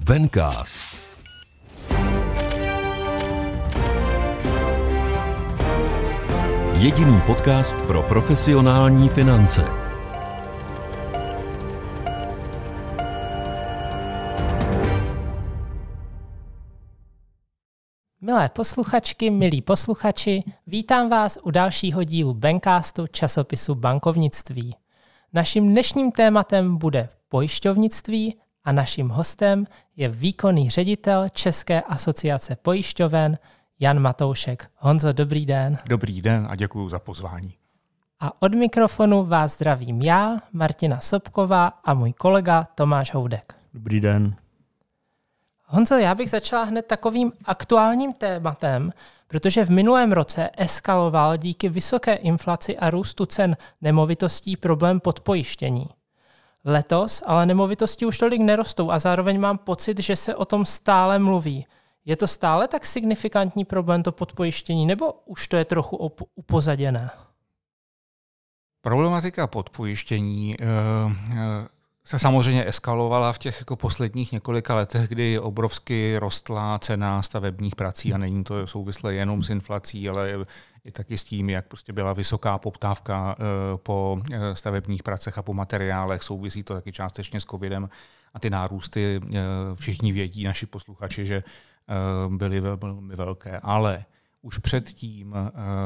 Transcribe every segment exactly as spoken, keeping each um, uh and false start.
Bencast. Jediný podcast pro profesionální finance. Milé posluchačky, milí posluchači, vítám vás u dalšího dílu Bencastu časopisu Bankovnictví. Naším dnešním tématem bude pojišťovnictví a naším hostem je výkonný ředitel České asociace pojišťoven Jan Matoušek. Honzo, dobrý den. Dobrý den a děkuji za pozvání. A od mikrofonu vás zdravím já, Martina Sobková a můj kolega Tomáš Houdek. Dobrý den. Honzo, já bych začala hned takovým aktuálním tématem, protože v minulém roce eskaloval díky vysoké inflaci a růstu cen nemovitostí problém podpojištění. Letos ale nemovitosti už tolik nerostou a zároveň mám pocit, že se o tom stále mluví. Je to stále tak signifikantní problém to podpojištění, nebo už to je trochu op- upozaděné? Problematika podpojištění uh, uh, se samozřejmě eskalovala v těch jako posledních několika letech, kdy obrovsky rostla cena stavebních prací a není to souvislé jenom s inflací, ale i taky s tím, jak prostě byla vysoká poptávka po stavebních pracech a po materiálech. Souvisí to taky částečně s covidem a ty nárůsty všichni vědí, naši posluchači, že byly velmi velké. Ale už předtím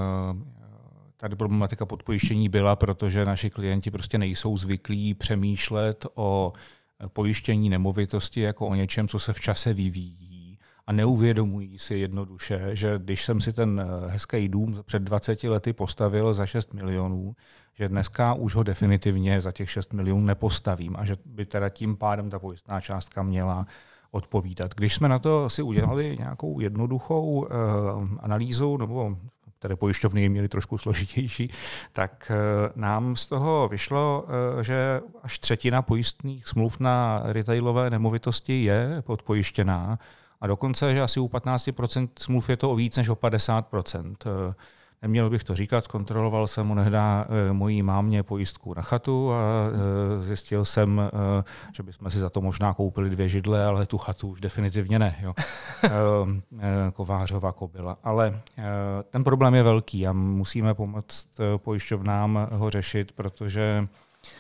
tady problematika podpojištění byla, protože naši klienti prostě nejsou zvyklí přemýšlet o pojištění nemovitosti jako o něčem, co se v čase vyvíjí a neuvědomují si jednoduše, že když jsem si ten hezký dům před dvaceti lety postavil za šest milionů, že dneska už ho definitivně za těch šest milionů nepostavím a že by teda tím pádem ta pojistná částka měla odpovídat. Když jsme na to si udělali nějakou jednoduchou uh, analýzu, nebo které pojišťovny měly trošku složitější, tak nám z toho vyšlo, že až třetina pojistných smluv na retailové nemovitosti je podpojištěná a dokonce, že asi u patnáct procent smluv je to o víc než o padesát procent. Neměl bych to říkat, zkontroloval jsem onehda mojí mámě pojistku na chatu a zjistil jsem, že bychom si za to možná koupili dvě židle, ale tu chatu už definitivně ne. Jo. Kovářova kobyla. Ale ten problém je velký a musíme pomoct pojišťovnám ho řešit, protože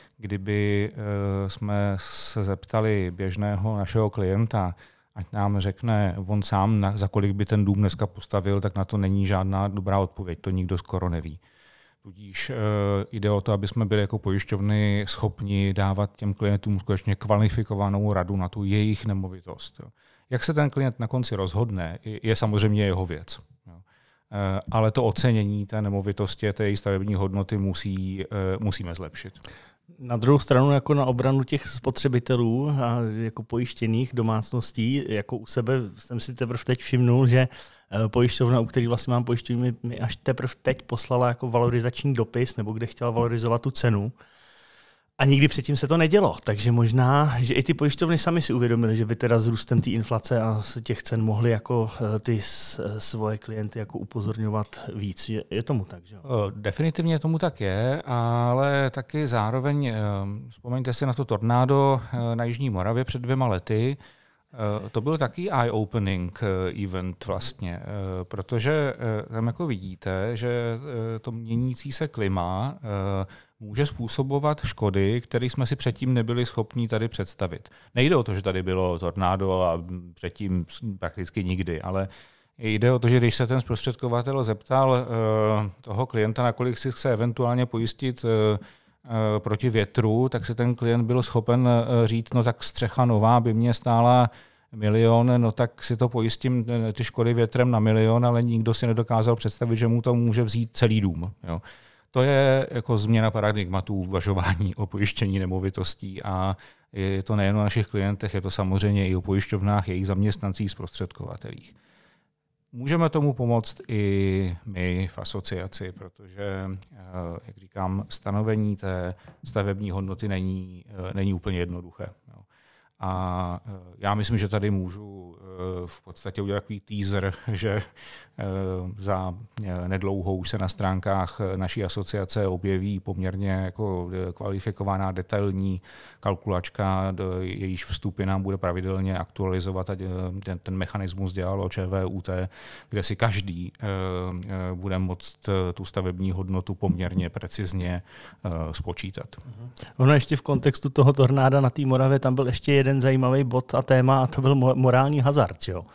kdyby jsme se zeptali běžného našeho klienta, ať nám řekne on sám, na, za kolik by ten dům dneska postavil, tak na to není žádná dobrá odpověď, to nikdo skoro neví. Tudíž e, jde o to, aby jsme byli jako pojišťovny schopni dávat těm klientům skutečně kvalifikovanou radu na tu jejich nemovitost. Jo. Jak se ten klient na konci rozhodne, je samozřejmě jeho věc. Jo. E, ale to ocenění té nemovitosti, té její stavební hodnoty musí, e, musíme zlepšit. Na druhou stranu, jako na obranu těch spotřebitelů a jako pojištěných domácností, jako u sebe jsem si teprve teď všimnul, že pojišťovna, u který vlastně mám pojištění, mi až teprve teď poslala jako valorizační dopis, nebo kde chtěla valorizovat tu cenu. A nikdy předtím se to nedělo, takže možná, že i ty pojišťovny sami si uvědomili, že by teda s růstem té inflace a těch cen mohly jako ty svoje klienty jako upozorňovat víc. Je, je tomu tak, že? Definitivně tomu tak je, ale taky zároveň vzpomeňte si na to tornádo na Jižní Moravě před dvěma lety. To byl taky eye-opening event vlastně, protože tam jako vidíte, že to měnící se klima může způsobovat škody, které jsme si předtím nebyli schopni tady představit. Nejde o to, že tady bylo tornádo a předtím prakticky nikdy, ale jde o to, že když se ten zprostředkovatel zeptal toho klienta, nakolik si chce eventuálně pojistit proti větru, tak se ten klient byl schopen říct, no tak střecha nová by mě stála milion, no tak si to pojistím ty škody větrem na milion, ale nikdo si nedokázal představit, že mu to může vzít celý dům. Jo. To je jako změna paradigmatu uvažování o pojištění nemovitostí a je to nejen o našich klientech, je to samozřejmě i o pojišťovnách, jejich zaměstnancích, zprostředkovatelích. Můžeme tomu pomoct i my v asociaci, protože, jak říkám, stanovení té stavební hodnoty není, není úplně jednoduché. A já myslím, že tady můžu v podstatě udělat takový teaser, že za nedlouho už se na stránkách naší asociace objeví poměrně jako kvalifikovaná detailní kalkulačka, jejíž vstupy nám bude pravidelně aktualizovat a ten, ten mechanismus dělalo ČVUT, kde si každý bude moct tu stavební hodnotu poměrně precizně spočítat. Ono ještě v kontextu toho tornáda na té Moravě tam byl ještě jeden zajímavý bod a téma, a to byl morální hazard, jo?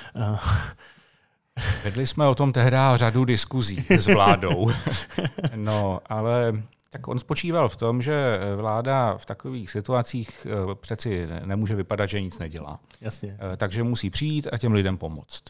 Vedli jsme o tom tehdy řadu diskuzí s vládou. No, ale tak on spočíval v tom, že vláda v takových situacích přeci nemůže vypadat, že nic nedělá. Jasně. Takže musí přijít a těm lidem pomoct.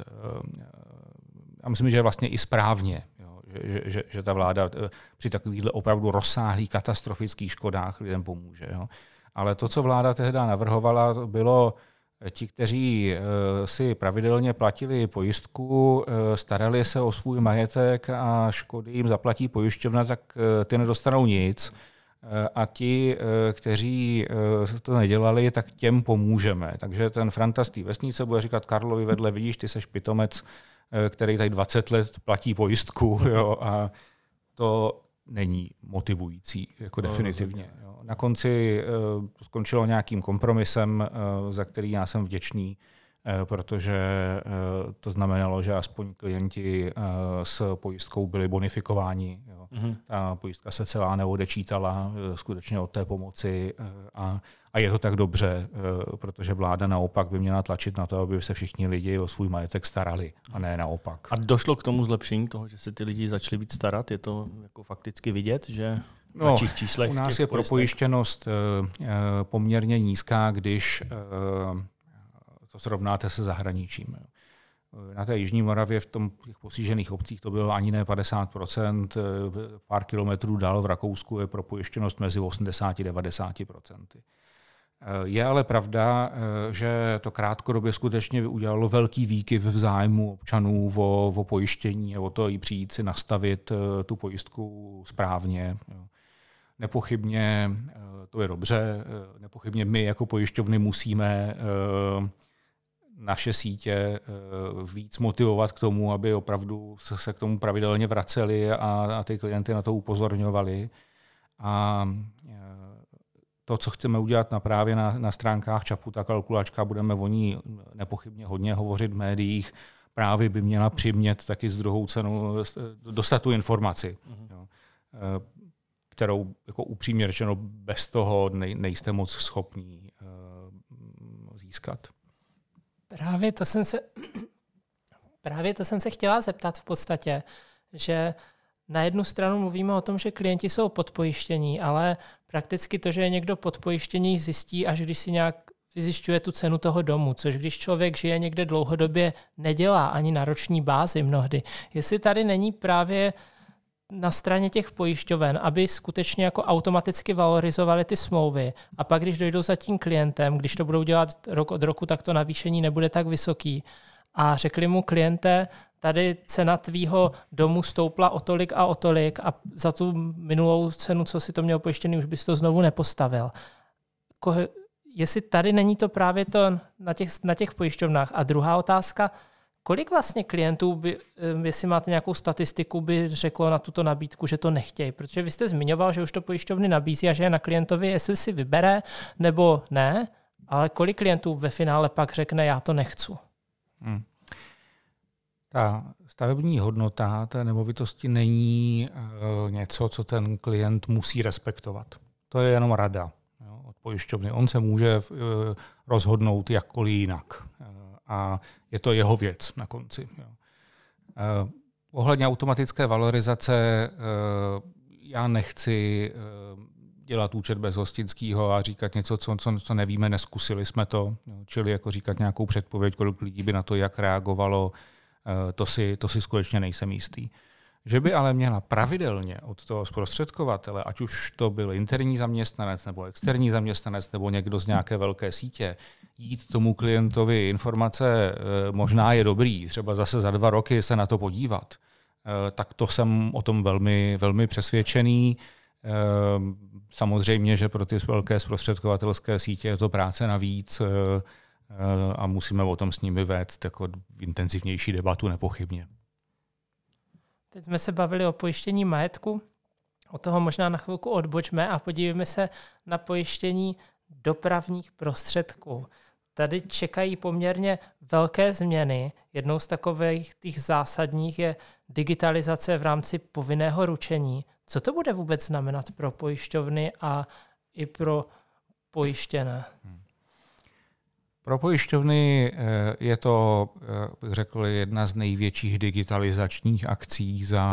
A myslím, že je vlastně i správně, jo, že, že, že ta vláda při takovýchhle opravdu rozsáhlých katastrofických škodách lidem pomůže. Jo. Ale to, co vláda tehdy navrhovala, bylo ti, kteří si pravidelně platili pojistku, starali se o svůj majetek a škody jim zaplatí pojišťovna, tak ty nedostanou nic. A ti, kteří to nedělali, tak těm pomůžeme. Takže ten Franta z té vesnice bude říkat Karlovi vedle, vidíš, ty seš pitomec, který tady dvacet let platí pojistku, jo, a to není motivující, jako no, definitivně. Jo. Na konci uh, skončilo nějakým kompromisem, uh, za který já jsem vděčný, uh, protože uh, to znamenalo, že aspoň klienti uh, s pojistkou byli bonifikováni. Jo. Mm-hmm. Ta pojistka se celá neodečítala uh, skutečně od té pomoci uh, a, a je to tak dobře, uh, protože vláda naopak by měla tlačit na to, aby se všichni lidi o svůj majetek starali, a ne naopak. A došlo k tomu zlepšení toho, že se ty lidi začali víc starat? Je to jako fakticky vidět, že no, na těch číslech? U nás je propojištěnost uh, uh, poměrně nízká, když uh, to srovnáte se zahraničím. Na té Jižní Moravě v tom, těch postižených obcích to bylo ani ne padesát procent, pár kilometrů dál v Rakousku je propojištěnost mezi osmdesát a devadesát procent. Je ale pravda, že to krátkodobě skutečně udělalo velký výkyv v zájmu občanů o, o pojištění a o to i přijít si nastavit tu pojistku správně. Nepochybně to je dobře, nepochybně my jako pojišťovny musíme naše sítě víc motivovat k tomu, aby opravdu se k tomu pravidelně vraceli a, a ty klienty na to upozorňovali. A to, co chceme udělat na právě na, na stránkách ČAPu, ta kalkulačka, budeme o ní nepochybně hodně hovořit v médiích, právě by měla přimět taky s druhou cenou dostat tu informaci, mm-hmm. jo, kterou jako upřímně řečeno bez toho nej, nejste moc schopní uh, získat. Právě to jsem se, právě to jsem se chtěla zeptat v podstatě, že na jednu stranu mluvíme o tom, že klienti jsou podpojištění, ale prakticky to, že je někdo podpojištění, zjistí, až když si nějak vyzjišťuje tu cenu toho domu, což když člověk žije někde dlouhodobě, nedělá ani na roční bázi mnohdy. Jestli tady není právě na straně těch pojišťoven, aby skutečně jako automaticky valorizovali ty smlouvy a pak, když dojdou za tím klientem, když to budou dělat rok od roku, tak to navýšení nebude tak vysoký. A řekli mu kliente, tady cena tvýho domu stoupla o tolik a o tolik a za tu minulou cenu, co si to měl pojištěný, už bys to znovu nepostavil. Ko- jestli tady není to právě to na těch, na těch pojišťovnách. A druhá otázka, kolik vlastně klientů, by, jestli máte nějakou statistiku, by řeklo na tuto nabídku, že to nechtějí? Protože vy jste zmiňoval, že už to pojišťovny nabízí a že je na klientovi, jestli si vybere nebo ne, ale kolik klientů ve finále pak řekne, já to nechci? Hmm. Ta stavební hodnota té nemovitosti není uh, něco, co ten klient musí respektovat. To je jenom rada, jo, od pojišťovny. On se může uh, rozhodnout jakkoliv jinak. Uh, a je to jeho věc na konci. Jo. Uh, ohledně automatické valorizace uh, já nechci uh, dělat účet bez hostinského a říkat něco, co, co, co nevíme, neskusili jsme to. Jo. Čili jako říkat nějakou předpověď, kolik lidí by na to jak reagovalo, To si, to si skutečně nejsem jistý. Že by ale měla pravidelně od toho zprostředkovatele, ať už to byl interní zaměstnanec nebo externí zaměstnanec nebo někdo z nějaké velké sítě, jít tomu klientovi informace, možná je dobrý, třeba zase za dva roky se na to podívat, tak to jsem o tom velmi, velmi přesvědčený. Samozřejmě, že pro ty velké zprostředkovatelské sítě je to práce navíc, a musíme o tom s nimi vést jako intenzivnější debatu nepochybně. Teď jsme se bavili o pojištění majetku, o toho možná na chvilku odbočme a podívejme se na pojištění dopravních prostředků. Tady čekají poměrně velké změny. Jednou z takových těch zásadních je digitalizace v rámci povinného ručení. Co to bude vůbec znamenat pro pojišťovny a i pro pojištěné? Pro pojišťovny je to, bych řekl, jedna z největších digitalizačních akcí za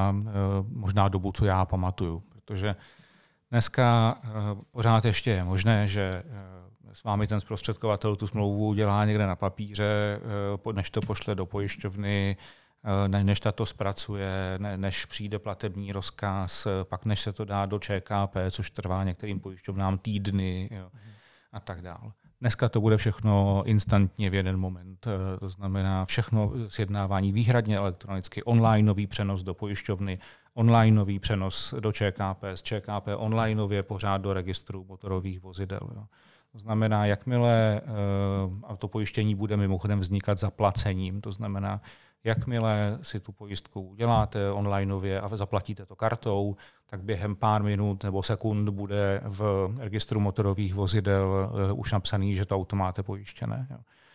možná dobu, co já pamatuju. Protože dneska pořád ještě je možné, že s vámi ten zprostředkovatel tu smlouvu dělá někde na papíře, než to pošle do pojišťovny, než ta to zpracuje, než přijde platební rozkaz, pak než se to dá do Č K P, což trvá některým pojišťovnám týdny, jo, a tak dále. Dneska to bude všechno instantně v jeden moment. To znamená všechno sjednávání výhradně elektronicky, onlineový přenos do pojišťovny, onlineový přenos do Č K P, z Č K P onlineově pořád do registru motorových vozidel. Jo. To znamená, jakmile autopojištění bude mimochodem vznikat zaplacením, to znamená, jakmile si tu pojistku uděláte onlineově a zaplatíte to kartou, tak během pár minut nebo sekund bude v registru motorových vozidel už napsaný, že to auto máte pojištěné.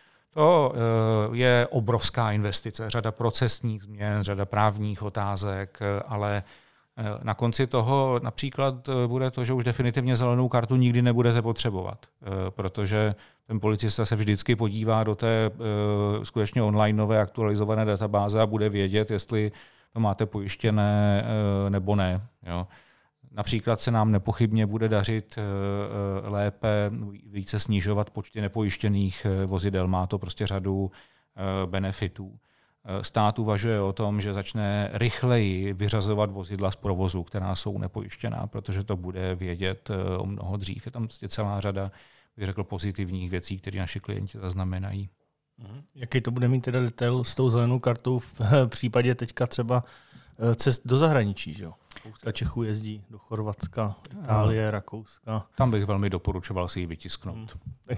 To je obrovská investice, řada procesních změn, řada právních otázek, ale na konci toho například bude to, že už definitivně zelenou kartu nikdy nebudete potřebovat, protože ten policista se vždycky podívá do té skutečně onlineové aktualizované databáze a bude vědět, jestli to máte pojištěné nebo ne. Jo. Například se nám nepochybně bude dařit lépe více snižovat počty nepojištěných vozidel. Má to prostě řadu benefitů. Stát uvažuje o tom, že začne rychleji vyřazovat vozidla z provozu, která jsou nepojištěná, protože to bude vědět o mnoho dřív. Je tam prostě celá řada, bych řekl, pozitivních věcí, které naši klienti zaznamenají. Jaký to bude mít teda detail s tou zelenou kartou v případě teďka třeba cest do zahraničí, že jo? Spousta Čechů jezdí do Chorvatska, Itálie, no. Rakouska. Tam bych velmi doporučoval si ji vytisknout. Hmm.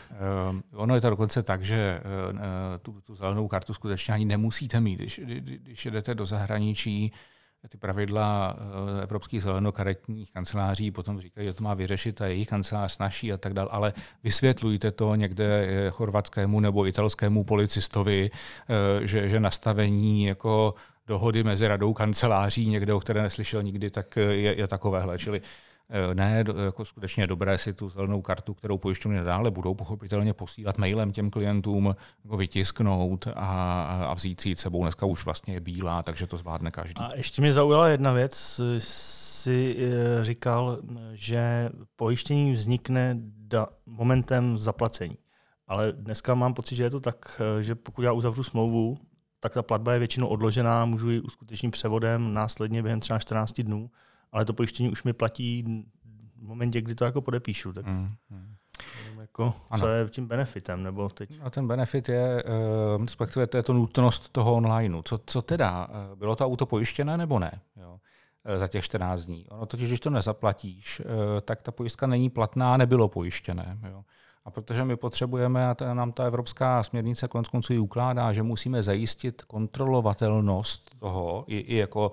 uh, ono je to dokonce tak, že uh, tu, tu zelenou kartu skutečně ani nemusíte mít. Když, když jedete do zahraničí, ty pravidla uh, evropských zelenokaretních kanceláří potom říkají, že to má vyřešit a jejich kancelář naší a tak dále, ale vysvětlujte to někde chorvatskému nebo italskému policistovi, uh, že, že nastavení jako dohody mezi radou kanceláří, někde, o které neslyšel nikdy, tak je, je takovéhle. Čili ne, jako skutečně je dobré si tu zelenou kartu, kterou pojišťovny nadále budou pochopitelně posílat mailem těm klientům, jako vytisknout a, a vzít si ji sebou. Dneska už vlastně je bílá, takže to zvládne každý. A ještě mě zaujala jedna věc. Jsi říkal, že pojištění vznikne da, momentem zaplacení. Ale dneska mám pocit, že je to tak, že pokud já uzavřu smlouvu, tak ta platba je většinou odložená, můžu ji uskutečnit převodem následně během třeba čtrnáct dnů, ale to pojištění už mi platí v momentě, kdy to jako podepíšu. Tak mm, mm. Jako, co je tím benefitem? Nebo teď? A ten benefit je, respektive to je to nutnost toho onlineu. Co, co teda? Bylo to auto pojištěné nebo ne? Jo. Za těch čtrnáct dní. Ono totiž, když to nezaplatíš, tak ta pojistka není platná, nebylo pojištěné. Jo. A protože my potřebujeme, a ta, nám ta evropská směrnice konec konců ji ukládá, že musíme zajistit kontrolovatelnost toho i, i jako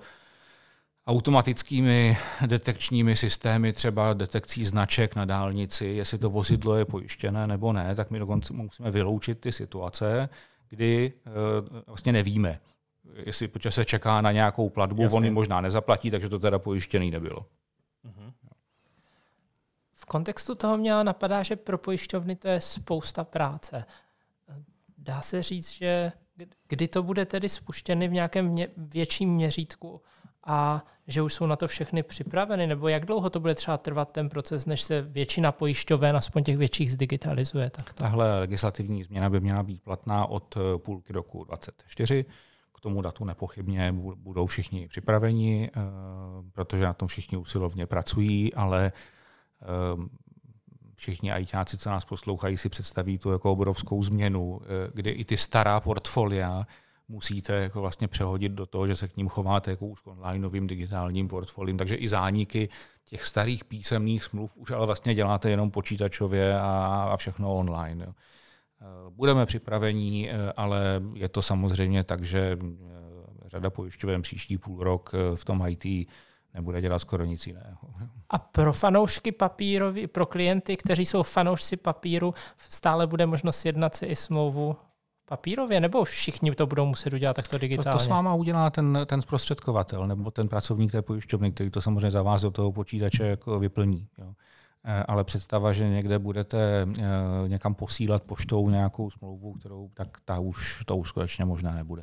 automatickými detekčními systémy, třeba detekcí značek na dálnici, jestli to vozidlo je pojištěné nebo ne, tak my dokonce musíme vyloučit ty situace, kdy e, vlastně nevíme, jestli protože se čeká na nějakou platbu, Jasně. on ji možná nezaplatí, takže to teda pojištěný nebylo. Uh-huh. V kontextu toho mě napadá, že pro pojišťovny to je spousta práce. Dá se říct, že kdy to bude tedy spuštěny v nějakém mě, větším měřítku a že už jsou na to všechny připraveny, nebo jak dlouho to bude třeba trvat ten proces, než se většina pojišťoven, aspoň těch větších, zdigitalizuje? Tak to. Tahle legislativní změna by měla být platná od půlky roku dvacet čtyři. K tomu datu nepochybně budou všichni připraveni, protože na tom všichni usilovně pracují, ale všichni ajťáci, co nás poslouchají, si představí tu jako obrovskou změnu, kdy i ty stará portfolia musíte jako vlastně přehodit do toho, že se k ním chováte jako už onlineovým digitálním portfoliem, takže i zániky těch starých písemných smluv už ale vlastně děláte jenom počítačově a, a všechno online. Jo. Budeme připraveni, ale je to samozřejmě tak, že řada pojišťoven příští půl rok v tom í té nebude dělat skoro nic jiného. A pro fanoušky papírový, pro klienty, kteří jsou fanoušci papíru, stále bude možnost sjednat si i smlouvu papírově, nebo všichni to budou muset udělat takto digitálně? To, to s váma udělá ten, ten zprostředkovatel nebo ten pracovník té pojišťovny, který to samozřejmě za vás do toho počítače jako vyplní. Jo. Ale představa, že někde budete někam posílat poštou nějakou smlouvu, kterou, tak ta už, to už skutečně možná nebude.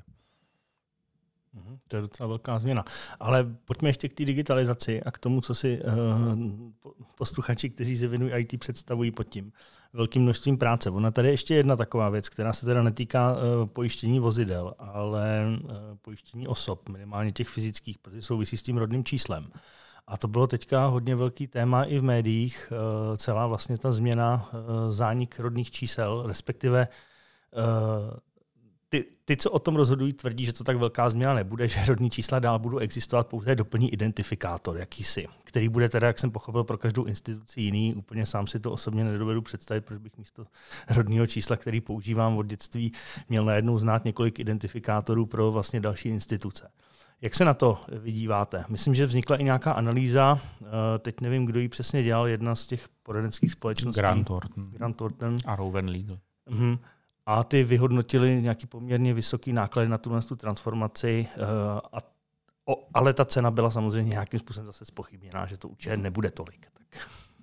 To je docela velká změna. Ale pojďme ještě k té digitalizaci a k tomu, co si uh, posluchači, kteří se věnují í té, představují pod tím velkým množstvím práce. Ona tady je ještě jedna taková věc, která se teda netýká uh, pojištění vozidel, ale uh, pojištění osob, minimálně těch fyzických, protože souvisí s tím rodným číslem. A to bylo teďka hodně velký téma i v médiích, uh, celá vlastně ta změna, uh, zánik rodných čísel, respektive uh, Ty, ty, co o tom rozhodují, tvrdí, že to tak velká změna nebude, že rodní čísla dál budou existovat, pouze doplní identifikátor jakýsi, který bude teda, jak jsem pochopil, pro každou instituci jiný. Úplně sám si to osobně nedovedu představit, proč bych místo rodného čísla, který používám od dětství, měl najednou znát několik identifikátorů pro vlastně další instituce. Jak se na to vydíváte? Myslím, že vznikla i nějaká analýza, teď nevím, kdo ji přesně dělal, jedna z těch poradenských společností. Grant Thornton. Grant Thornton. A Rowan Legal. Mhm. A ty vyhodnotili nějaký poměrně vysoký náklady na tuhle tu transformaci, a, o, ale ta cena byla samozřejmě nějakým způsobem zase zpochybněná, že to určitě nebude tolik. Tak.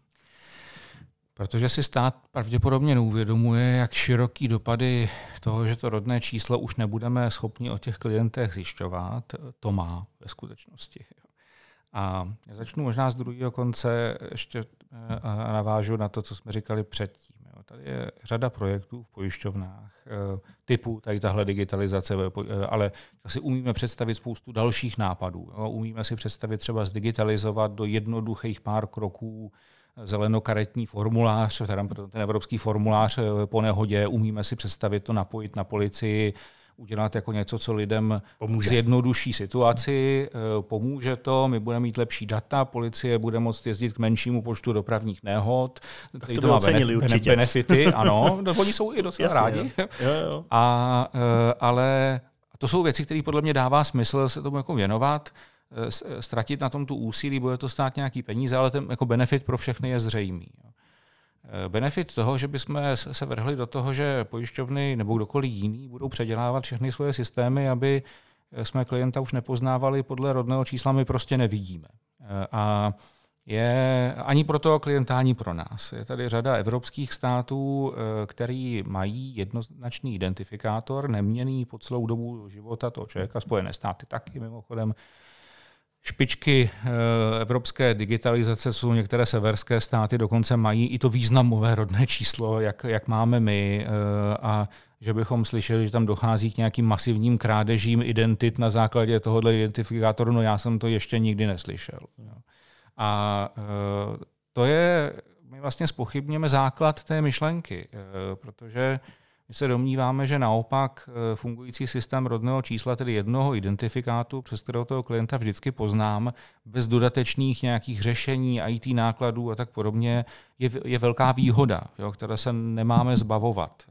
Protože si stát pravděpodobně neuvědomuje, jak široký dopady toho, že to rodné číslo už nebudeme schopni o těch klientech zjišťovat, to má ve skutečnosti. A já začnu možná z druhého konce, ještě navážu na to, co jsme říkali předtím. Tady je řada projektů v pojišťovnách typu tady tahle digitalizace, ale si umíme představit spoustu dalších nápadů. Umíme si představit třeba zdigitalizovat do jednoduchých pár kroků zelenokaretní formulář, teda ten evropský formulář po nehodě, umíme si představit to napojit na policii, udělat jako něco, co lidem pomůže. Zjednoduší situaci, pomůže to, my budeme mít lepší data, policie bude moct jezdit k menšímu počtu dopravních nehod, který to, to má benef- benefity, ano, oni jsou i docela Jasně, rádi. Jo. Jo, jo. A, ale to jsou věci, které podle mě dává smysl se tomu jako věnovat, ztratit na tom tu úsilí, bude to stát nějaký peníze, ale ten jako benefit pro všechny je zřejmý. Benefit toho, že bychom se vrhli do toho, že pojišťovny nebo kdokoliv jiný budou předělávat všechny svoje systémy, aby jsme klienta už nepoznávali podle rodného čísla, my prostě nevidíme. A je ani pro toho klienta, ani pro nás. Je tady řada evropských států, který mají jednoznačný identifikátor, neměnný po celou dobu života toho člověka, Spojené státy taky mimochodem. Špičky evropské digitalizace jsou některé severské státy, dokonce mají i to významové rodné číslo, jak, jak máme my, a že bychom slyšeli, že tam dochází k nějakým masivním krádežím identit na základě tohohle identifikátoru, no já jsem to ještě nikdy neslyšel. A to je, my vlastně zpochybněme základ té myšlenky, protože my se domníváme, že naopak fungující systém rodného čísla, tedy jednoho identifikátu, přes kterého toho klienta vždycky poznám, bez dodatečných nějakých řešení, í té nákladů a tak podobně, je, je velká výhoda, jo, které se nemáme zbavovat.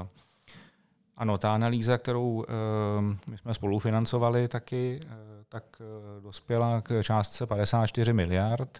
Ano, ta analýza, kterou my jsme spolufinancovali taky, tak dospěla k částce padesát čtyři miliard.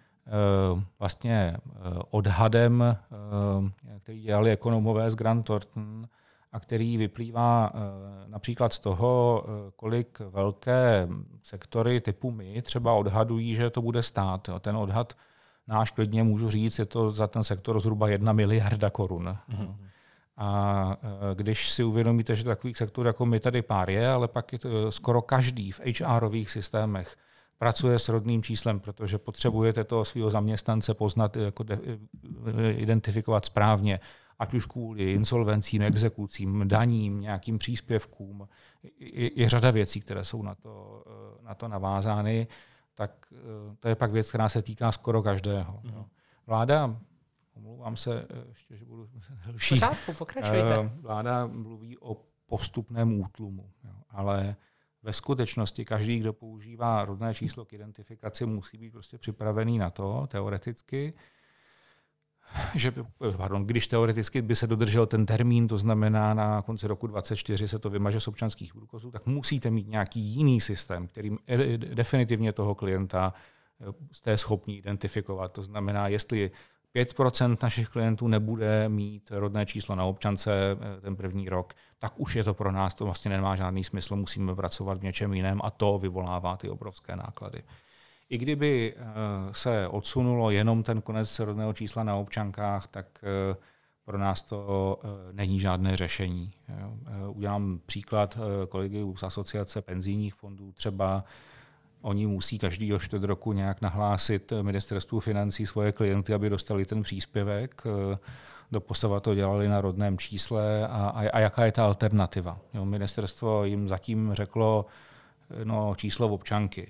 Vlastně odhadem, který dělali ekonomové z Grant Thornton a který vyplývá například z toho, kolik velké sektory typu my třeba odhadují, že to bude stát. Ten odhad náš klidně můžu říct, je to za ten sektor zhruba jedna miliarda korun. Mm-hmm. A když si uvědomíte, že takových sektorů jako my tady pár je, ale pak je to skoro každý v há erových systémech pracuje s rodným číslem, protože potřebujete toho svého zaměstnance poznat, jako de, identifikovat správně, ať už kvůli insolvencím, exekucím, daním, nějakým příspěvkům. Je, je řada věcí, které jsou na to, na to navázány, tak to je pak věc, která se týká skoro každého. Mm. Vláda, omlouvám se, ještě, že budu delší. Pořádku, pokračujte. Vláda mluví o postupném útlumu, ale ve skutečnosti každý, kdo používá rodné číslo k identifikaci, musí být prostě připravený na to, teoreticky, že pardon, když teoreticky by se dodržel ten termín, to znamená na konci roku dvacet čtyři se to vymaže z občanských průkazů, tak musíte mít nějaký jiný systém, kterým definitivně toho klienta jste schopni identifikovat. To znamená, jestli pět procent našich klientů nebude mít rodné číslo na občance ten první rok, tak už je to pro nás, to vlastně nemá žádný smysl, musíme pracovat v něčem jiném a to vyvolává ty obrovské náklady. I kdyby se odsunulo jenom ten konec rodného čísla na občankách, tak pro nás to není žádné řešení. Udělám příklad kolegy z asociace penzijních fondů. Třeba oni musí každýho čtvrt roku nějak nahlásit ministerstvu financí svoje klienty, aby dostali ten příspěvek. Doposava to dělali na rodném čísle. A, a, a jaká je ta alternativa? Jo, ministerstvo jim zatím řeklo no, číslo občanky.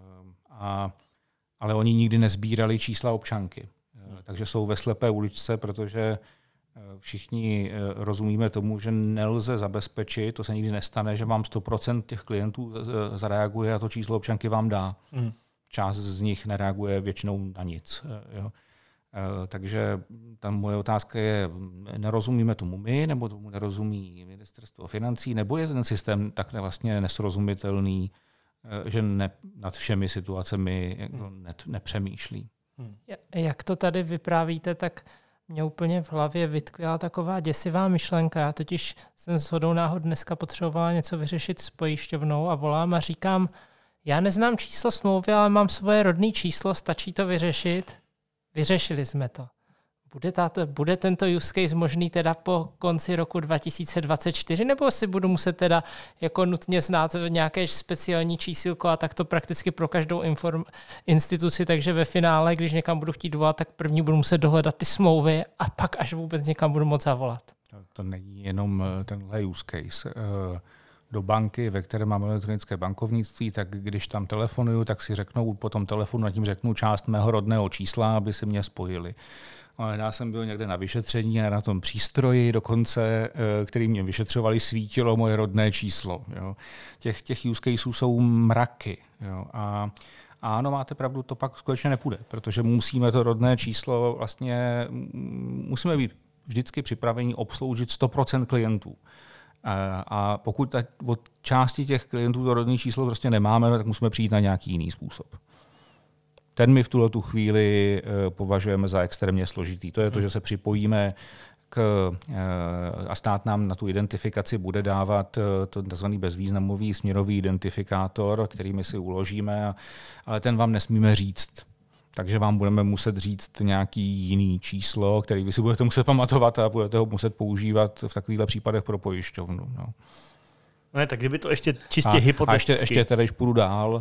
A, ale oni nikdy nezbírali čísla občanky. Takže jsou ve slepé uličce, protože všichni rozumíme tomu, že nelze zabezpečit, to se nikdy nestane, že vám sto procent těch klientů zareaguje a to číslo občanky vám dá. Mm. Část z nich nereaguje většinou na nic. Jo. Takže ta moje otázka je, nerozumíme tomu my, nebo tomu nerozumí ministerstvo financí, nebo je ten systém tak vlastně nesrozumitelný, že ne, nad všemi situacemi jako ne, nepřemýšlí. Hmm. Jak to tady vyprávíte, tak mě úplně v hlavě vytkvěla taková děsivá myšlenka. Já totiž jsem shodou náhod dneska potřebovala něco vyřešit s pojišťovnou a volám a říkám, já neznám číslo smlouvy, ale mám svoje rodné číslo, stačí to vyřešit? Vyřešili jsme to. Bude, tato, bude tento use case možný teda po konci roku dva tisíce dvacet čtyři, nebo si budu muset teda jako nutně znát nějaké speciální čísilko a tak to prakticky pro každou inform, instituci, takže ve finále, když někam budu chtít volat, tak první budu muset dohledat ty smlouvy a pak až vůbec někam budu moct zavolat. To, to není jenom tenhle use case. Do banky, ve které máme elektronické bankovnictví, tak když tam telefonuju, tak si řeknou po tom telefonu, a tím řeknu část mého rodného čísla, aby si mě spojili. Ale já jsem byl někde na vyšetření a na tom přístroji dokonce, který mě vyšetřovali, svítilo moje rodné číslo. Jo. Těch, těch use caseů jsou mraky. Jo. A, a ano, máte pravdu, to pak skutečně nepůjde, protože musíme to rodné číslo vlastně, musíme být vždycky připraveni obsloužit sto procent klientů. A, a pokud od části těch klientů to rodné číslo prostě nemáme, tak musíme přijít na nějaký jiný způsob. Ten my v tuhle tu chvíli považujeme za extrémně složitý. To je to, že se připojíme k, a stát nám na tu identifikaci bude dávat to tzv. Bezvýznamový směrový identifikátor, který my si uložíme, ale ten vám nesmíme říct. Takže vám budeme muset říct nějaký jiný číslo, který vy si budete muset pamatovat a budete ho muset používat v takovýchhle případech pro pojišťovnu. No. Ne, tak kdyby to ještě čistě a, hypoteticky... A ještě, ještě teda, když půjdu dál,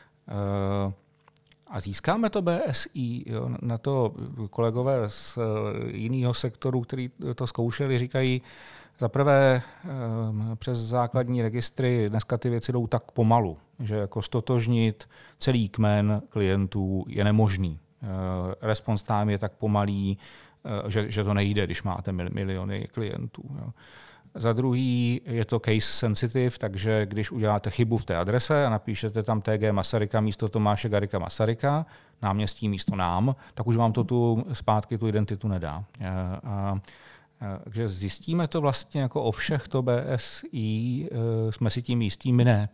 uh, a získáme to B S I, jo, na to kolegové z jiného sektoru, který to zkoušeli, říkají, zaprvé um, přes základní registry dneska ty věci jdou tak pomalu, že jako stotožnit celý kmen klientů je nemožný. Uh, response time je tak pomalý, uh, že, že to nejde, když máte miliony klientů. Jo. Za druhý je to case sensitive, takže když uděláte chybu v té adrese a napíšete tam T G Masaryka místo Tomáše Garrigua Masaryka, náměstí místo nám, tak už vám to tu zpátky tu identitu nedá. A, a, takže zjistíme to vlastně jako o všech to B S I, jsme si tím jistí, my ne.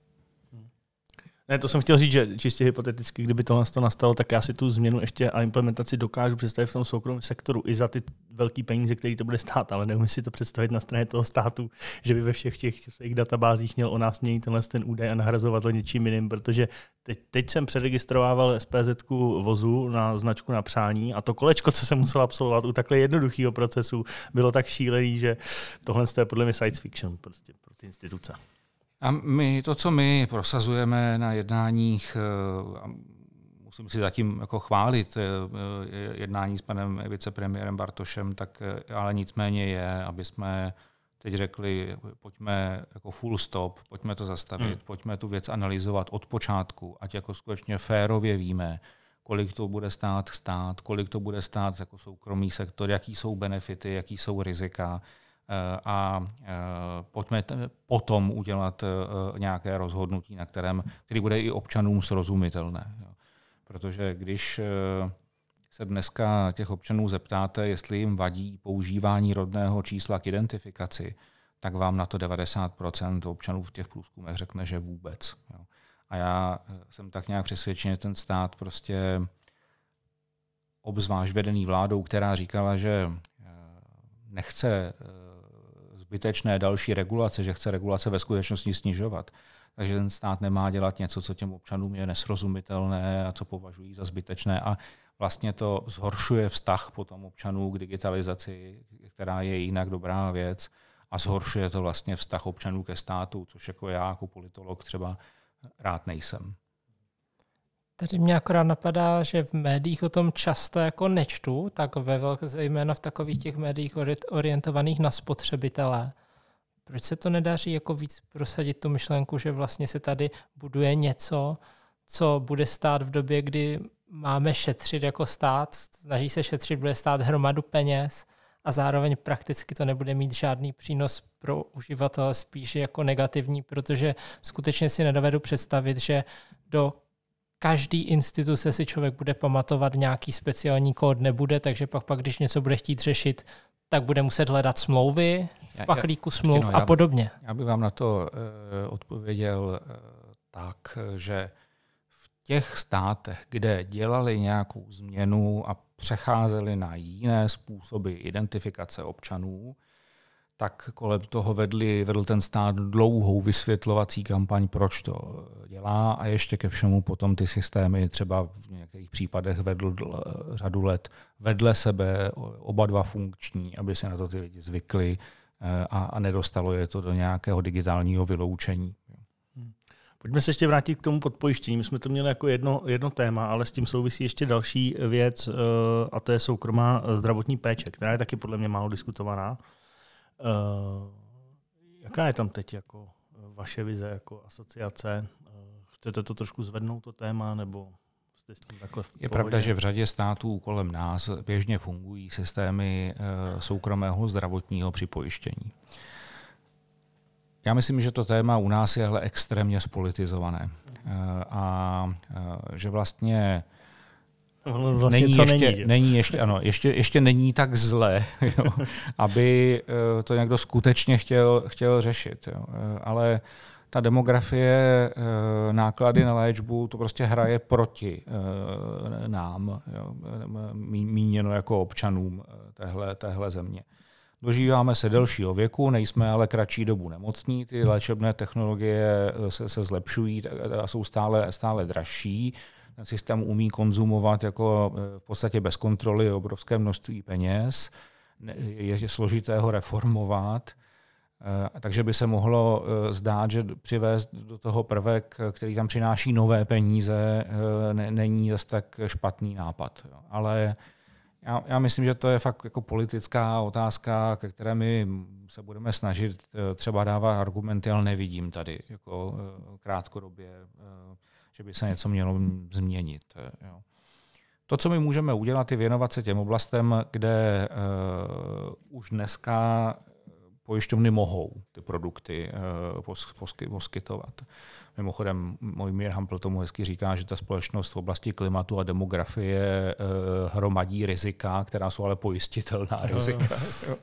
Ne, to jsem chtěl říct, že čistě hypoteticky, kdyby tohle nastalo, tak já si tu změnu ještě a implementaci dokážu představit v tom soukromém sektoru i za ty velké peníze, které to bude stát, ale neumím si to představit na straně toho státu, že by ve všech těch svých databázích měl o nás měnit tenhle ten údaj a nahrazovat to něčím jiným, protože teď, teď jsem přeregistrovával S P Z ku vozu na značku na přání a to kolečko, co jsem musel absolvovat u takhle jednoduchého procesu, bylo tak šílený, že tohle je podle mě science fiction prostě pro ty instituce. A my, to, co my prosazujeme na jednáních, musím si zatím jako chválit jednání s panem vicepremiérem Bartošem, tak ale nicméně je, aby jsme teď řekli, pojďme jako full stop, pojďme to zastavit, hmm. pojďme tu věc analyzovat od počátku, ať jako skutečně férově víme, kolik to bude stát stát, kolik to bude stát jako soukromý sektor, jaký jsou benefity, jaký jsou rizika, a pojďme potom udělat nějaké rozhodnutí, na kterém, který bude i občanům srozumitelné. Protože když se dneska těch občanů zeptáte, jestli jim vadí používání rodného čísla k identifikaci, tak vám na to devadesát procent občanů v těch průzkumech řekne, že vůbec. Jo. A já jsem tak nějak přesvědčen, že ten stát prostě obzvlášť vedený vládou, která říkala, že nechce zbytečné další regulace, že chce regulace ve skutečnosti snižovat. Takže ten stát nemá dělat něco, co těm občanům je nesrozumitelné a co považují za zbytečné. A vlastně to zhoršuje vztah potom občanů k digitalizaci, která je jinak dobrá věc. A zhoršuje to vlastně vztah občanů ke státu, což jako já, jako politolog třeba rád nejsem. Tady mě akorát napadá, že v médiích o tom často jako nečtu, tak ve velké, zejména v takových těch médiích orientovaných na spotřebitele. Proč se to nedaří jako víc prosadit tu myšlenku, že vlastně se tady buduje něco, co bude stát v době, kdy máme šetřit jako stát, snaží se šetřit, bude stát hromadu peněz a zároveň prakticky to nebude mít žádný přínos pro uživatele, spíš jako negativní, protože skutečně si nedovedu představit, že do každý instituce si člověk bude pamatovat, nějaký speciální kód nebude, takže pak, pak když něco bude chtít řešit, tak bude muset hledat smlouvy v paklíku smlouv no, a podobně. Já bych vám na to uh, odpověděl uh, tak, že v těch státech, kde dělali nějakou změnu a přecházeli na jiné způsoby identifikace občanů, tak kolem toho vedli, vedl ten stát dlouhou vysvětlovací kampaň, proč to dělá a ještě ke všemu potom ty systémy třeba v některých případech vedl řadu let vedle sebe, oba dva funkční, aby se na to ty lidi zvykli a, a nedostalo je to do nějakého digitálního vyloučení. Pojďme se ještě vrátit k tomu podpojištění. My jsme to měli jako jedno, jedno téma, ale s tím souvisí ještě další věc a to je soukromá zdravotní péče, která je taky podle mě málo diskutovaná. Uh, jaká je tam teď jako vaše vize jako asociace? Uh, chcete to trošku zvednout, to téma, nebo jste s tím takhle v pohodě? Je pravda, že v řadě států kolem nás běžně fungují systémy uh, soukromého zdravotního připojištění. Já myslím, že to téma u nás je ale extrémně spolitizované. Uh, a uh, že vlastně Vlastně není, co ještě, není, není ještě, ano, ještě, ještě není tak zle, jo, aby to někdo skutečně chtěl, chtěl řešit. Jo. Ale ta demografie, náklady na léčbu, to prostě hraje proti nám, jo, míněno jako občanům téhle, téhle země. Dožíváme se delšího věku, nejsme ale kratší dobu nemocní, ty léčebné technologie se, se zlepšují a jsou stále, stále dražší. Ten systém umí konzumovat jako v podstatě bez kontroly obrovské množství peněz, je složité ho reformovat, takže by se mohlo zdát, že přivést do toho prvek, který tam přináší nové peníze, není zase tak špatný nápad. Ale já, já myslím, že to je fakt jako politická otázka, ke které my se budeme snažit třeba dávat argumenty, ale nevidím tady jako krátkodobě, že by se něco mělo změnit. Jo. To, co my můžeme udělat, je věnovat se těm oblastem, kde uh, už dneska pojišťovny mohou ty produkty uh, posky, poskytovat. Mimochodem, Mojmír Hampl tomu hezky říká, že ta společnost v oblasti klimatu a demografie uh, hromadí rizika, která jsou ale pojistitelná rizika. Jo.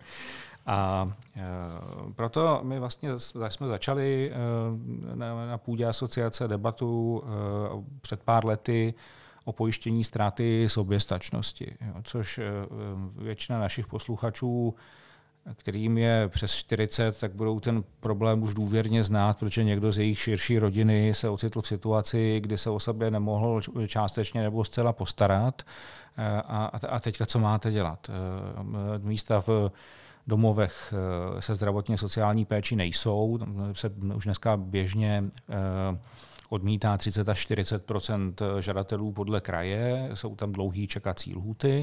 A e, proto my vlastně jsme začali e, na, na půdě asociace debatu e, před pár lety o pojištění ztráty soběstačnosti, jo, což e, většina našich posluchačů, kterým je přes čtyřicet, tak budou ten problém už důvěrně znát, protože někdo z jejich širší rodiny se ocitl v situaci, kdy se o sebe nemohl částečně nebo zcela postarat. E, a, a teďka co máte dělat? E, místa v domovech se zdravotně sociální péči nejsou. Se už dneska běžně odmítá třicet až čtyřicet procent žadatelů podle kraje. Jsou tam dlouhé čekací lhůty.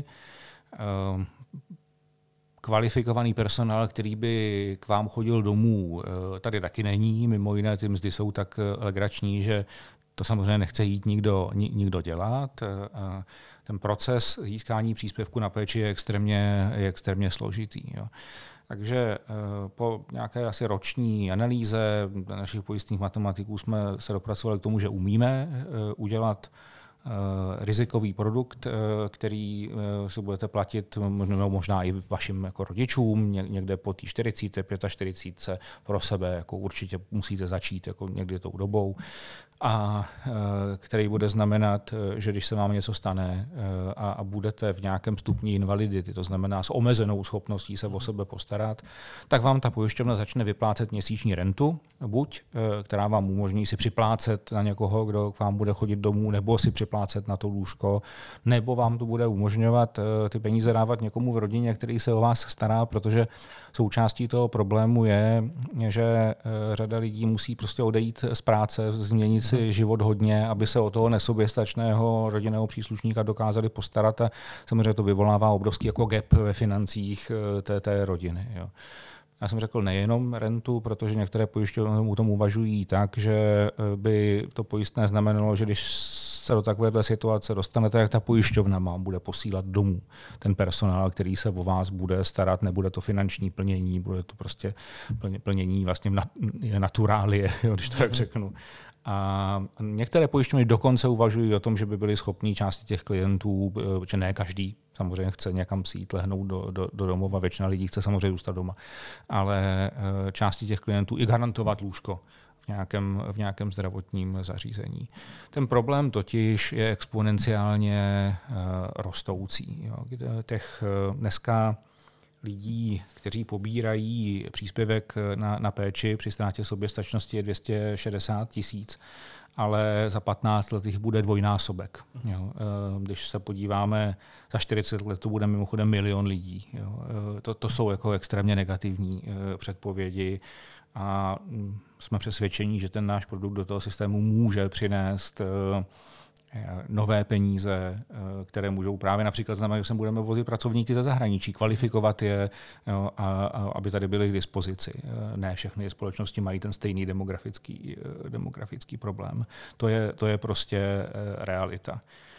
Kvalifikovaný personál, který by k vám chodil domů, tady taky není. Mimo jiné ty mzdy jsou tak legrační, že to samozřejmě nechce jít nikdo, nikdo dělat. Ten proces získání příspěvku na péči je extrémně, je extrémně složitý. Jo. Takže po nějaké asi roční analýze našich pojistných matematiků jsme se dopracovali k tomu, že umíme udělat rizikový produkt, který si budete platit možná i vašim jako rodičům, někde po té čtyřicítce, čtyřicítce pět pro sebe, jako určitě musíte začít jako někdy tou dobou, a který bude znamenat, že když se vám něco stane a, a budete v nějakém stupni invalidity, to znamená s omezenou schopností se o sebe postarat, tak vám ta pojišťovna začne vyplácet měsíční rentu, buď, která vám umožní si připlácet na někoho, kdo k vám bude chodit domů, nebo si připlácet na to lůžko, nebo vám to bude umožňovat ty peníze dávat někomu v rodině, který se o vás stará, protože součástí toho problému je, že řada lidí musí prostě odejít z práce, změnit si život hodně, aby se o toho nesoběstačného rodinného příslušníka dokázali postarat, a samozřejmě to vyvolává obrovský jako gap ve financích té, té rodiny. Jo. Já jsem řekl nejenom rentu, protože některé pojišťovny o tom uvažují tak, že by to pojistné znamenalo, že když se do takovéhle situace dostanete, jak ta pojišťovna vám bude posílat domů ten personál, který se o vás bude starat, nebude to finanční plnění, bude to prostě plnění vlastně naturálie, když to tak řeknu. A některé pojišťovny dokonce uvažují o tom, že by byli schopní části těch klientů, že ne každý samozřejmě chce někam si jít lehnout do, do, do domova, většina lidí chce samozřejmě zůstat doma, ale části těch klientů i garantovat lůžko v nějakém, v nějakém zdravotním zařízení. Ten problém totiž je exponenciálně uh, rostoucí. Jo. Těch uh, dneska lidí, kteří pobírají příspěvek na, na péči při ztrátě soběstačnosti je dvě stě šedesát tisíc, ale za patnáct let jich bude dvojnásobek. Jo. Když se podíváme, za čtyřicet let to bude mimochodem milion lidí. Jo. To, to jsou jako extrémně negativní předpovědi a jsme přesvědčeni, že ten náš produkt do toho systému může přinést nové peníze, které můžou právě například znamenat, že se budeme vozit pracovníky ze zahraničí, kvalifikovat je, jo, a, a aby tady byly k dispozici. Ne všechny společnosti mají ten stejný demografický, demografický problém. To je, to je prostě realita.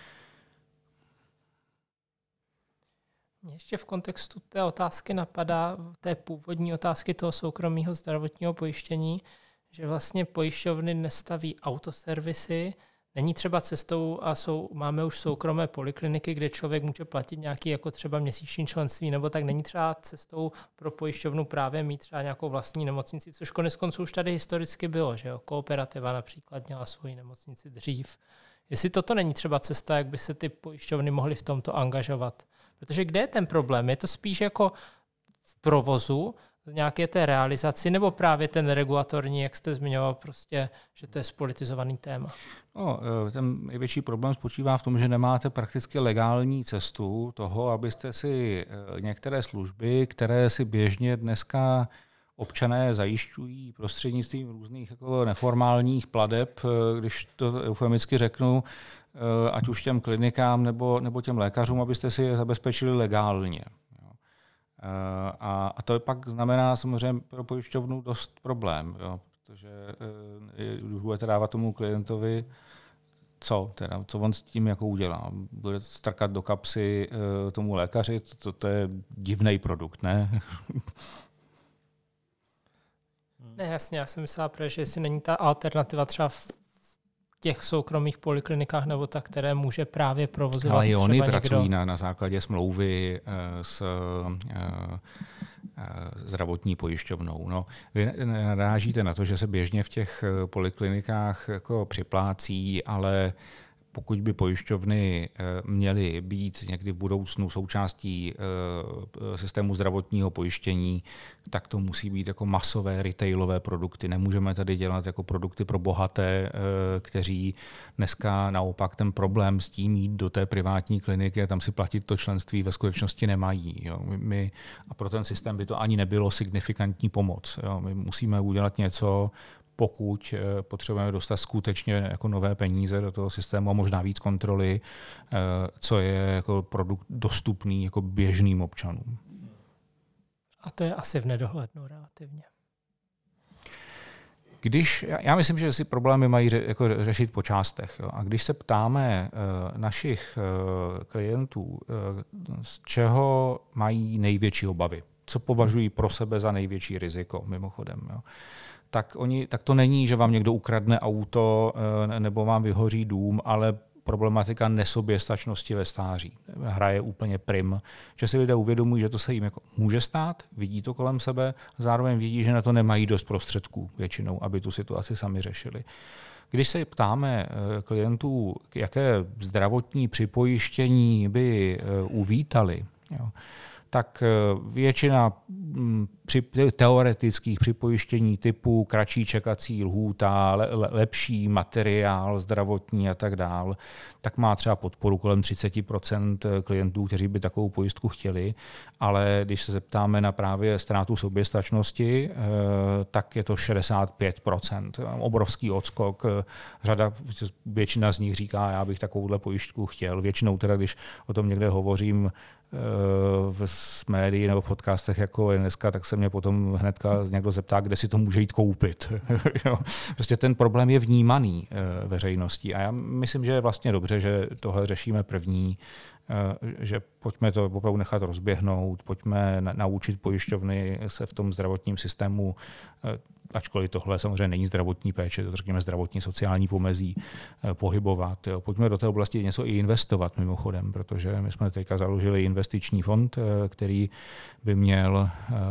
Mě ještě v kontextu té otázky napadá, té původní otázky toho soukromého zdravotního pojištění, že vlastně pojišťovny nestaví autoservisy. Není třeba cestou a jsou, máme už soukromé polikliniky, kde člověk může platit nějaký jako třeba měsíční členství, nebo tak není třeba cestou pro pojišťovnu právě mít třeba nějakou vlastní nemocnici, což koneckonců už tady historicky bylo, že jo? Kooperativa například měla svoji nemocnici dřív. Jestli toto není třeba cesta, jak by se ty pojišťovny mohly v tomto angažovat. Protože kde je ten problém? Je to spíš jako v provozu, v nějaké té realizaci, nebo právě ten regulatorní, jak jste zmiňoval, prostě, že to je spolitizovaný téma? No, ten největší problém spočívá v tom, že nemáte prakticky legální cestu toho, abyste si některé služby, které si běžně dneska občané zajišťují prostřednictvím různých jako neformálních plateb, když to eufemicky řeknu, ať už těm klinikám nebo, nebo těm lékařům, abyste si je zabezpečili legálně. A, a to pak znamená samozřejmě pro pojišťovnu dost problém, jo, protože když budete dávat tomu klientovi, co, teda, co on s tím jako udělá. Bude strkat do kapsy tomu lékaři, to, to je divný produkt, ne? Ne, jasně, já jsem myslela, že jestli není ta alternativa třeba v těch soukromých poliklinikách nebo tak, které může právě provozovat. Ale i oni někdo... pracují na, na základě smlouvy uh, s uh, uh, zdravotní pojišťovnou. No, vy narážíte na to, že se běžně v těch poliklinikách jako připlácí, ale pokud by pojišťovny měly být někdy v budoucnu součástí systému zdravotního pojištění, tak to musí být jako masové retailové produkty. Nemůžeme tady dělat jako produkty pro bohaté, kteří dneska naopak ten problém s tím jít do té privátní kliniky a tam si platit to členství ve skutečnosti nemají. Jo. My, a pro ten systém by to ani nebylo signifikantní pomoc. Jo. My musíme udělat něco, pokud potřebujeme dostat skutečně jako nové peníze do toho systému a možná víc kontroly, co je jako produkt dostupný jako běžným občanům. A to je asi v nedohlednu relativně. Když, já myslím, že si problémy mají ře, jako řešit po částech. Jo. A když se ptáme uh, našich uh, klientů, uh, z čeho mají největší obavy, co považují pro sebe za největší riziko, mimochodem, jo. Tak, oni, tak to není, že vám někdo ukradne auto nebo vám vyhoří dům, ale problematika nesoběstačnosti ve stáří hraje úplně prim, že si lidé uvědomují, že to se jim jako může stát, vidí to kolem sebe, zároveň vidí, že na to nemají dost prostředků většinou, aby tu situaci sami řešili. Když se ptáme klientů, jaké zdravotní připojištění by uvítali, jo, tak většina při teoretických připojištění typu kratší čekací lhůta, le, lepší materiál zdravotní a tak dál, tak má třeba podporu kolem třicet procent klientů, kteří by takovou pojistku chtěli, ale když se zeptáme na právě ztrátu soběstačnosti, tak je to šedesát pět procent. Obrovský odskok. Řada, většina z nich říká, já bych takovouhle pojistku chtěl. Většinou teda, když o tom někde hovořím v médii nebo v podcastech jako je dneska, tak se mě potom hnedka někdo zeptá, kde si to může jít koupit. Prostě ten problém je vnímaný veřejností a já myslím, že je vlastně dobře, že tohle řešíme první, že pojďme to opravdu nechat rozběhnout, pojďme naučit pojišťovny se v tom zdravotním systému, ačkoliv tohle samozřejmě není zdravotní péče, to řekněme zdravotní sociální pomezí, pohybovat. Jo. Pojďme do té oblasti něco i investovat mimochodem, protože my jsme teďka založili investiční fond, který by měl,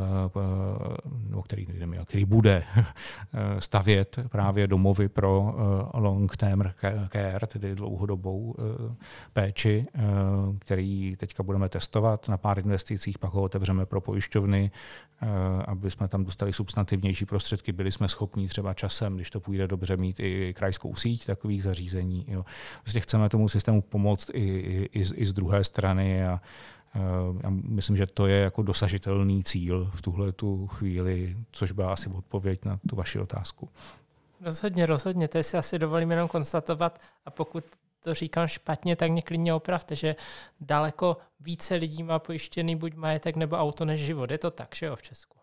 no, který, který bude stavět právě domovy pro long-term care, tedy dlouhodobou péči, který teďka budeme testovat na pár investicích, pak ho otevřeme pro pojišťovny, aby jsme tam dostali substantivnější prostředky. Byli jsme schopni třeba časem, když to půjde dobře, mít i krajskou síť takových zařízení. Jo. Prostě chceme tomu systému pomoct i, i, i z druhé strany a já myslím, že to je jako dosažitelný cíl v tuhle tu chvíli, což byla asi odpověď na tu vaši otázku. Rozhodně, rozhodně. To si asi dovolím jenom konstatovat a pokud to říkám špatně, tak mě klidně opravte, že daleko více lidí má pojištěný buď majetek nebo auto než život. Je to tak, že jo, v Česku?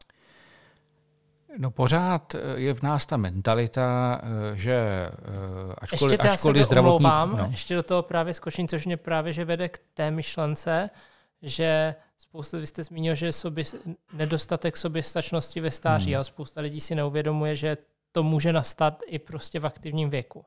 No pořád je v nás ta mentalita, že ačkoliv, ještě ačkoliv zdravotní... Omlouvám, no. Ještě do toho právě skočím, což mě právě že vede k té myšlence, že spousta, vy jste zmínil, že je sobě, nedostatek soběstačnosti ve stáří, hmm. ale spousta lidí si neuvědomuje, že to může nastat i prostě v aktivním věku.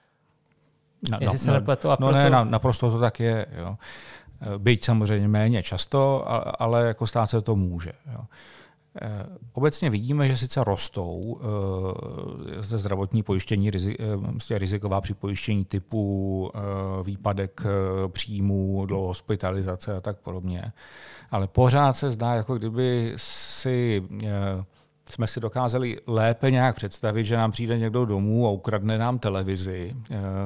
No, Jestli no, se no, nepletu. A no proto... ne, naprosto to tak je. Jo. Byť samozřejmě méně často, ale jako stát se to může. Jo. Obecně vidíme, že sice rostou zde zdravotní pojištění, riziková připojištění typu výpadek příjmů, do hospitalizace a tak podobně, ale pořád se zdá, jako kdyby si... jsme si dokázali lépe nějak představit, že nám přijde někdo domů a ukradne nám televizi,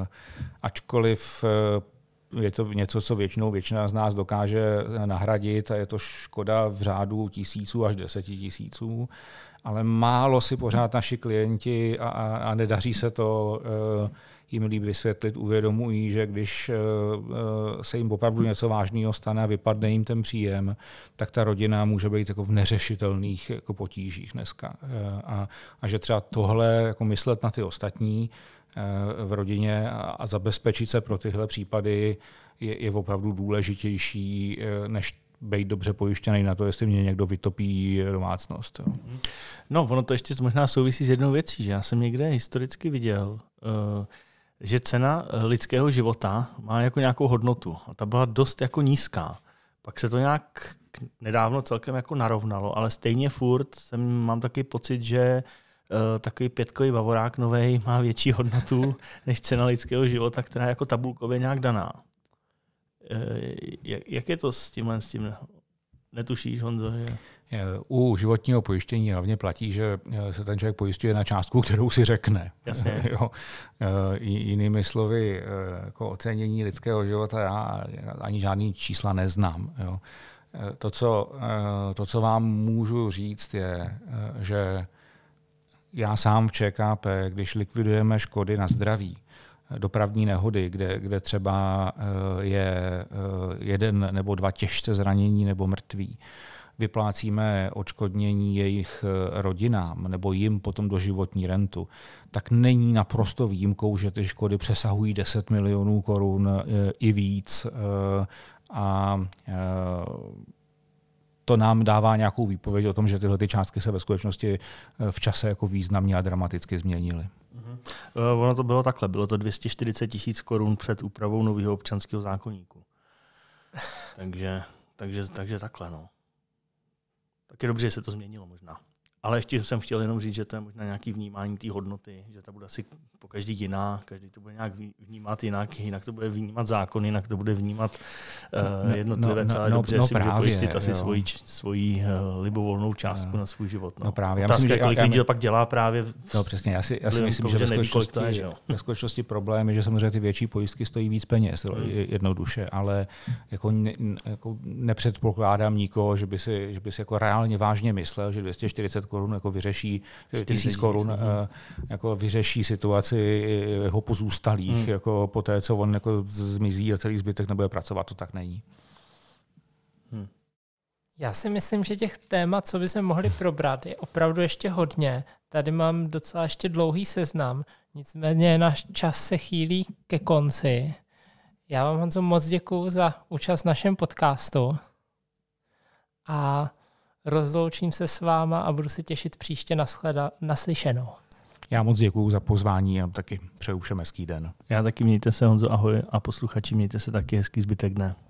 ačkoliv je to něco, co většinou většina z nás dokáže nahradit a je to škoda v řádu tisíců až deseti tisíců, ale málo si pořád naši klienti a, a, a nedaří se to jim líp vysvětlit, uvědomují, že když se jim opravdu něco vážného stane a vypadne jim ten příjem, tak ta rodina může být jako v neřešitelných jako potížích dneska. A, a že třeba tohle jako myslet na ty ostatní v rodině a, a zabezpečit se pro tyhle případy je, je opravdu důležitější, než být dobře pojištěný na to, jestli mě někdo vytopí domácnost. Jo. No, ono to ještě možná souvisí s jednou věcí, že já jsem někde historicky viděl, uh, že cena lidského života má jako nějakou hodnotu a ta byla dost jako nízká. Pak se to nějak nedávno celkem jako narovnalo, ale stejně furt jsem, mám taky pocit, že uh, takový pětkový bavorák novej má větší hodnotu než cena lidského života, která je jako tabulkově nějak daná. Uh, jak, jak je to s tímhle, s tím? Netušíš, Honzo? Že... U životního pojištění hlavně platí, že se ten člověk pojistuje na částku, kterou si řekne. Jasně. Jo. Jinými slovy, jako ocenění lidského života já ani žádný čísla neznám. Jo. To, co, to, co vám můžu říct, je, že já sám v ČKP, když likvidujeme škody na zdraví, dopravní nehody, kde, kde třeba je jeden nebo dva těžce zranění nebo mrtví, vyplácíme odškodnění jejich rodinám nebo jim potom doživotní rentu, tak není naprosto výjimkou, že ty škody přesahují deset milionů korun i víc. A to nám dává nějakou výpověď o tom, že tyhle ty částky se ve skutečnosti v čase jako významně a dramaticky změnily. Ono to bylo takhle, bylo to dvě stě čtyřicet tisíc korun před úpravou nového občanského zákoníku. takže, takže, takže takhle, no. Tak je dobře, že se to změnilo možná. Ale ještě jsem chtěl jenom říct, že to je možná nějaký vnímání té hodnoty, že ta bude asi po každý jiná, každý to bude nějak vnímat jinak, jinak to bude vnímat zákon, jinak to bude vnímat uh, jednotlivec, no, no, ale no, dobře no, si může pojistit asi svoji, svoji uh, libovolnou částku no. na svůj život. No. No právě. Otázka, já myslím, kolik že, lidí já, to pak dělá právě v, no, přesně. Já si, já si myslím, toho, že, že neví, kolik to je. Že jo? Ve skutečnosti problém je, že samozřejmě ty větší pojistky stojí víc peněz, hmm. jednoduše, ale jako, ne, jako nepředpokládám nikoho, že by si, že by si jako reálně vážně myslel, že dvě stě čtyřicet korun jako vyřeší tisíc korun jako vyřeší situaci jeho pozůstalých, hmm. jako po té, co on jako zmizí a celý zbytek nebude pracovat, to tak není. Hmm. Já si myslím, že těch témat, co by se mohli probrat, je opravdu ještě hodně. Tady mám docela ještě dlouhý seznam, nicméně náš čas se chýlí ke konci. Já vám, Honzo, moc děkuju za účast v našem podcastu a rozloučím se s váma a budu se těšit příště nashleda, naslyšenou. Já moc děkuju za pozvání a taky přeju všem hezký den. Já taky, mějte se, Honzo, ahoj, a posluchači, mějte se taky hezký zbytek dne.